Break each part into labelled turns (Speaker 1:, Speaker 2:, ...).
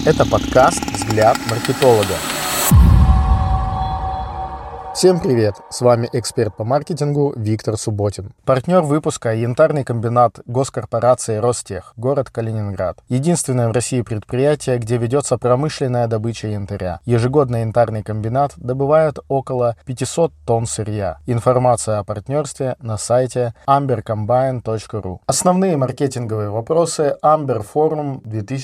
Speaker 1: Это подкаст «Взгляд маркетолога». Всем привет! С вами эксперт по маркетингу Виктор Субботин. Партнер выпуска — янтарный комбинат госкорпорации Ростех, город Калининград. Единственное в России предприятие, где ведется промышленная добыча янтаря. Ежегодно янтарный комбинат добывает около 500 тонн сырья. Информация о партнерстве на сайте ambercombine.ru. Основные маркетинговые вопросы Amber Forum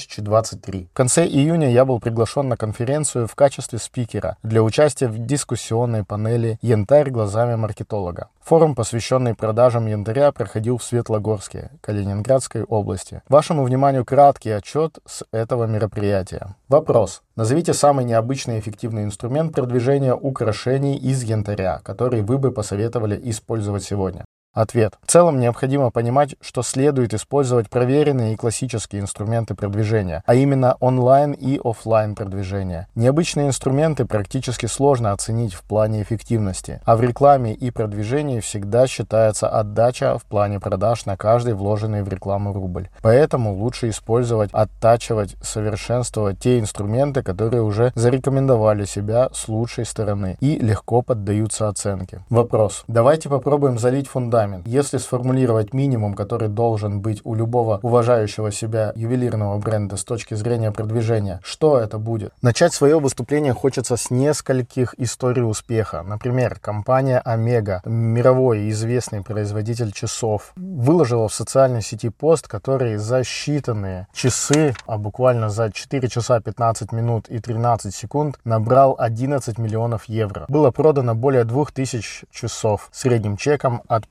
Speaker 1: 2023. В конце июня я был приглашен на конференцию в качестве спикера для участия в дискуссионной панели «Янтарь глазами маркетолога». Форум, посвященный продажам янтаря, проходил в Светлогорске, Калининградской области. Вашему вниманию краткий отчет с этого мероприятия. Вопрос. Назовите самый необычный и эффективный инструмент продвижения украшений из янтаря, который вы бы посоветовали использовать сегодня. Ответ. В целом необходимо понимать, что следует использовать проверенные и классические инструменты продвижения, а именно онлайн и офлайн продвижения. Необычные инструменты практически сложно оценить в плане эффективности, а в рекламе и продвижении всегда считается отдача в плане продаж на каждый вложенный в рекламу рубль. Поэтому лучше использовать, оттачивать, совершенствовать те инструменты, которые уже зарекомендовали себя с лучшей стороны и легко поддаются оценке. Вопрос. Давайте попробуем залить фундамент. Если сформулировать минимум, который должен быть у любого уважающего себя ювелирного бренда с точки зрения продвижения, что это будет? Начать свое выступление хочется с нескольких историй успеха. Например, компания Омега, мировой известный производитель часов, выложила в социальной сети пост, который за считанные часы, а буквально за 4 часа 15 минут и 13 секунд набрал 11 миллионов евро. Было продано более 2000 часов средним чеком от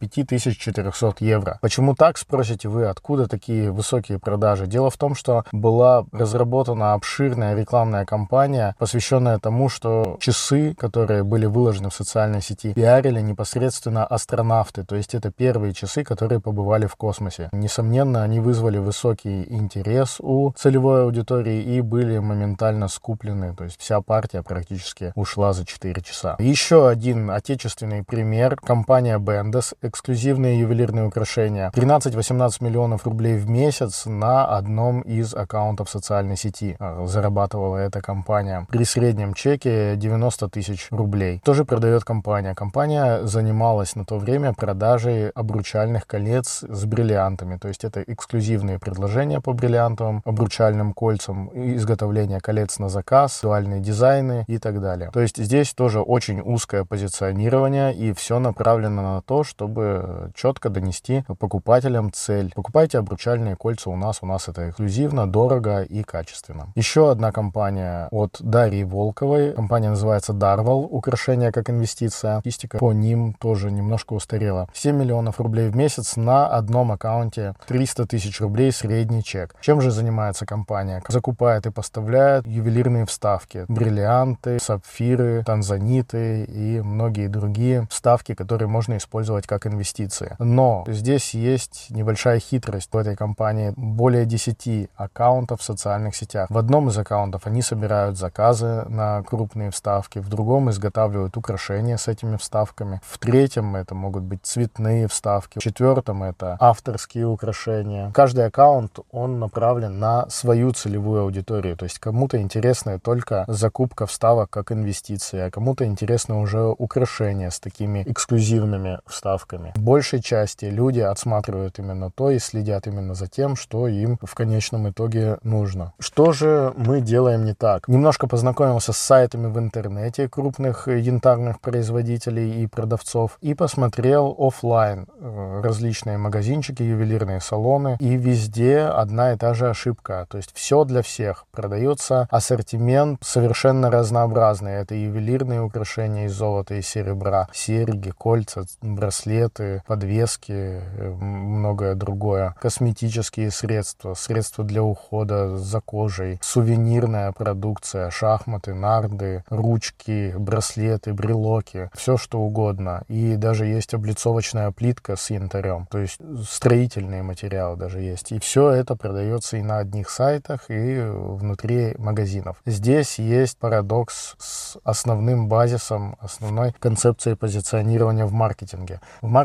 Speaker 1: 5400 евро. Почему так, спросите вы, откуда такие высокие продажи? Дело в том, что была разработана обширная рекламная кампания, посвященная тому, что часы, которые были выложены в социальной сети, пиарили непосредственно астронавты, то есть это первые часы, которые побывали в космосе. Несомненно, они вызвали высокий интерес у целевой аудитории и были моментально скуплены, то есть вся партия практически ушла за 4 часа. Еще один отечественный пример. Компания Bendes, эксклюзивные ювелирные украшения. 13-18 миллионов рублей в месяц на одном из аккаунтов социальной сети зарабатывала эта компания. При среднем чеке 90 тысяч рублей. Тоже продает компания. Компания занималась на то время продажей обручальных колец с бриллиантами. То есть это эксклюзивные предложения по бриллиантовым обручальным кольцам, изготовление колец на заказ, дуальные дизайны и так далее. То есть здесь тоже очень узкое позиционирование, и все направлено на то, чтобы четко донести покупателям цель. Покупайте обручальные кольца у нас это эксклюзивно, дорого и качественно. Еще одна компания от Дарьи Волковой. Компания называется Darwal. Украшения как инвестиция. Статистика по ним тоже немножко устарела. 7 миллионов рублей в месяц на одном аккаунте, 300 тысяч рублей средний чек. Чем же занимается компания? Закупает и поставляет ювелирные вставки. Бриллианты, сапфиры, танзаниты и многие другие вставки, которые можно использовать как инвестиции. Но здесь есть небольшая хитрость в этой компании. Более 10 аккаунтов в социальных сетях. В одном из аккаунтов они собирают заказы на крупные вставки, в другом изготавливают украшения с этими вставками, в третьем это могут быть цветные вставки, в четвертом это авторские украшения. Каждый аккаунт, он направлен на свою целевую аудиторию. То есть кому-то интересна только закупка вставок как инвестиция, а кому-то интересно уже украшения с такими эксклюзивными вставками. В большей части люди отсматривают именно то и следят именно за тем, что им в конечном итоге нужно. Что же мы делаем не так? Немножко познакомился с сайтами в интернете крупных янтарных производителей и продавцов и посмотрел офлайн различные магазинчики, ювелирные салоны, и везде одна и та же ошибка. То есть все для всех. Продается ассортимент совершенно разнообразный. Это ювелирные украшения из золота и серебра, серьги, кольца, браслеты, подвески, многое другое. Косметические средства, средства для ухода за кожей, сувенирная продукция, шахматы, нарды, ручки, браслеты, брелоки, все что угодно. И даже есть облицовочная плитка с янтарем, то есть строительные материалы даже есть. И все это продается и на одних сайтах, и внутри магазинов. Здесь есть парадокс с основным базисом, основной концепцией позиционирования в маркетинге. В маркетинге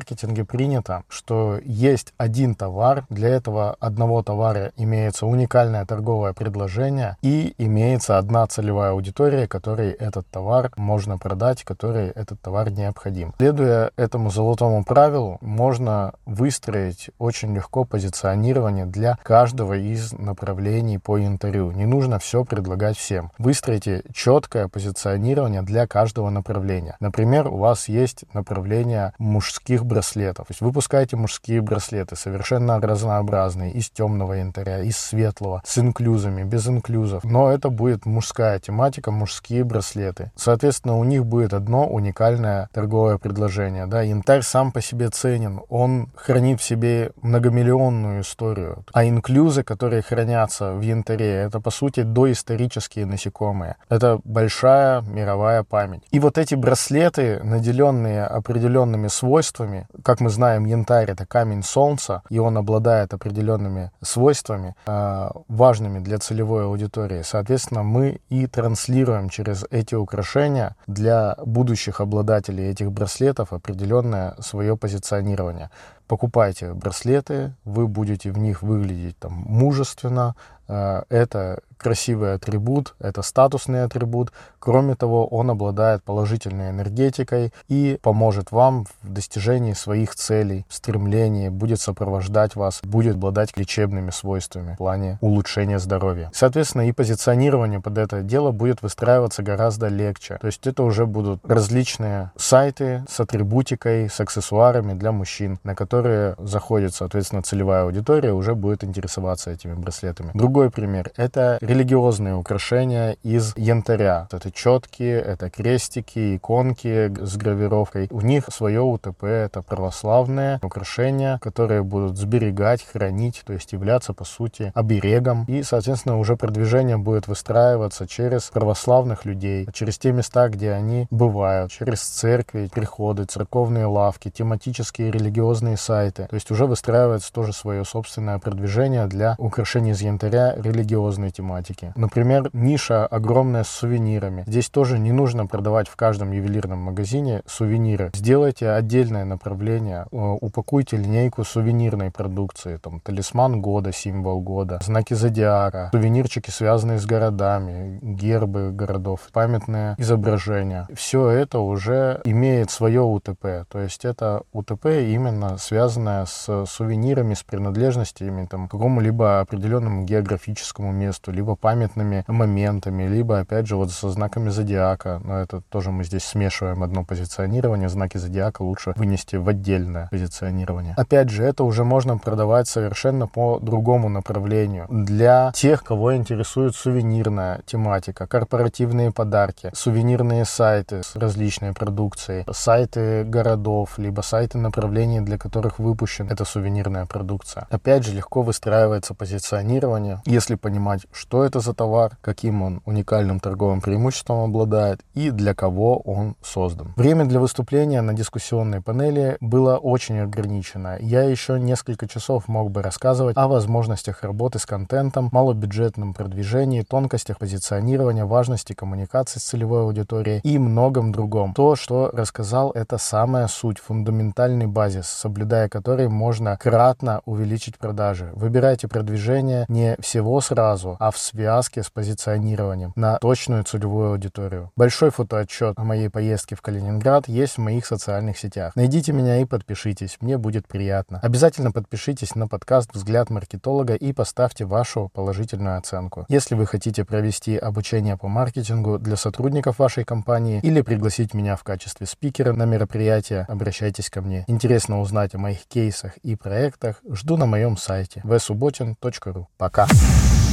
Speaker 1: маркетинге принято, что есть один товар, для этого одного товара имеется уникальное торговое предложение и имеется одна целевая аудитория, которой этот товар можно продать, которой этот товар необходим. Следуя этому золотому правилу, можно выстроить очень легко позиционирование для каждого из направлений по янтарю. Не нужно все предлагать всем. Выстройте четкое позиционирование для каждого направления. Например, у вас есть направление мужских браслетов. То есть вы выпускаете мужские браслеты, совершенно разнообразные, из темного янтаря, из светлого, с инклюзами, без инклюзов. Но это будет мужская тематика, мужские браслеты. Соответственно, у них будет одно уникальное торговое предложение. Да? Янтарь сам по себе ценен, он хранит в себе многомиллионную историю. А инклюзы, которые хранятся в янтаре, это, по сути, доисторические насекомые. Это большая мировая память. И вот эти браслеты, наделенные определенными свойствами, как мы знаем, янтарь — это камень солнца, и он обладает определенными свойствами, важными для целевой аудитории. Соответственно, мы и транслируем через эти украшения для будущих обладателей этих браслетов определенное свое позиционирование. Покупайте браслеты, вы будете в них выглядеть мужественно. Это красивый атрибут, это статусный атрибут. Кроме того, он обладает положительной энергетикой и поможет вам в достижении своих целей, стремлений, будет сопровождать вас, будет обладать лечебными свойствами в плане улучшения здоровья. Соответственно, и позиционирование под это дело будет выстраиваться гораздо легче. То есть это уже будут различные сайты с атрибутикой, с аксессуарами для мужчин, на которые заходит, соответственно, целевая аудитория, уже будет интересоваться этими браслетами. Другой пример — это религиозные украшения из янтаря. Это четки, это крестики, иконки с гравировкой. У них свое УТП, это православные украшения, которые будут сберегать, хранить, то есть являться, по сути, оберегом. И, соответственно, уже продвижение будет выстраиваться через православных людей, через те места, где они бывают, через церкви, приходы, церковные лавки, тематические религиозные сайты. То есть уже выстраивается тоже свое собственное продвижение для украшений из янтаря религиозной тематики. Например, ниша огромная с сувенирами. Здесь тоже не нужно продавать в каждом ювелирном магазине сувениры. Сделайте отдельное направление, упакуйте линейку сувенирной продукции, талисман года, символ года, знаки зодиака, сувенирчики, связанные с городами, гербы городов, памятные изображения. Все это уже имеет свое УТП, то есть это УТП именно связанное с сувенирами, с принадлежностями к какому-либо определенному географическому месту, либо памятными моментами, либо, опять же, со знаками зодиака. Но это тоже мы здесь смешиваем одно позиционирование. Знаки зодиака лучше вынести в отдельное позиционирование. Опять же, это уже можно продавать совершенно по другому направлению. Для тех, кого интересует сувенирная тематика, корпоративные подарки, сувенирные сайты с различной продукцией, сайты городов, либо сайты направлений, для которых выпущена эта сувенирная продукция. Опять же, легко выстраивается позиционирование, если понимать, что это за товар, каким он уникальным торговым преимуществом обладает и для кого он создан. Время для выступления на дискуссионной панели было очень ограничено. Я еще несколько часов мог бы рассказывать о возможностях работы с контентом, малобюджетном продвижении, тонкостях позиционирования, важности коммуникации с целевой аудиторией и многом другом. То, что рассказал, это самая суть, фундаментальный базис, соблюдая который можно кратно увеличить продажи. Выбирайте продвижение не всего сразу, а в связке с позиционированием на точную целевую аудиторию. Большой фотоотчет о моей поездке в Калининград есть в моих социальных сетях. Найдите меня и подпишитесь, мне будет приятно. Обязательно подпишитесь на подкаст «Взгляд маркетолога» и поставьте вашу положительную оценку. Если вы хотите провести обучение по маркетингу для сотрудников вашей компании или пригласить меня в качестве спикера на мероприятие, обращайтесь ко мне. Интересно узнать о моих кейсах и проектах? Жду на моем сайте vsubotin.ru. Пока!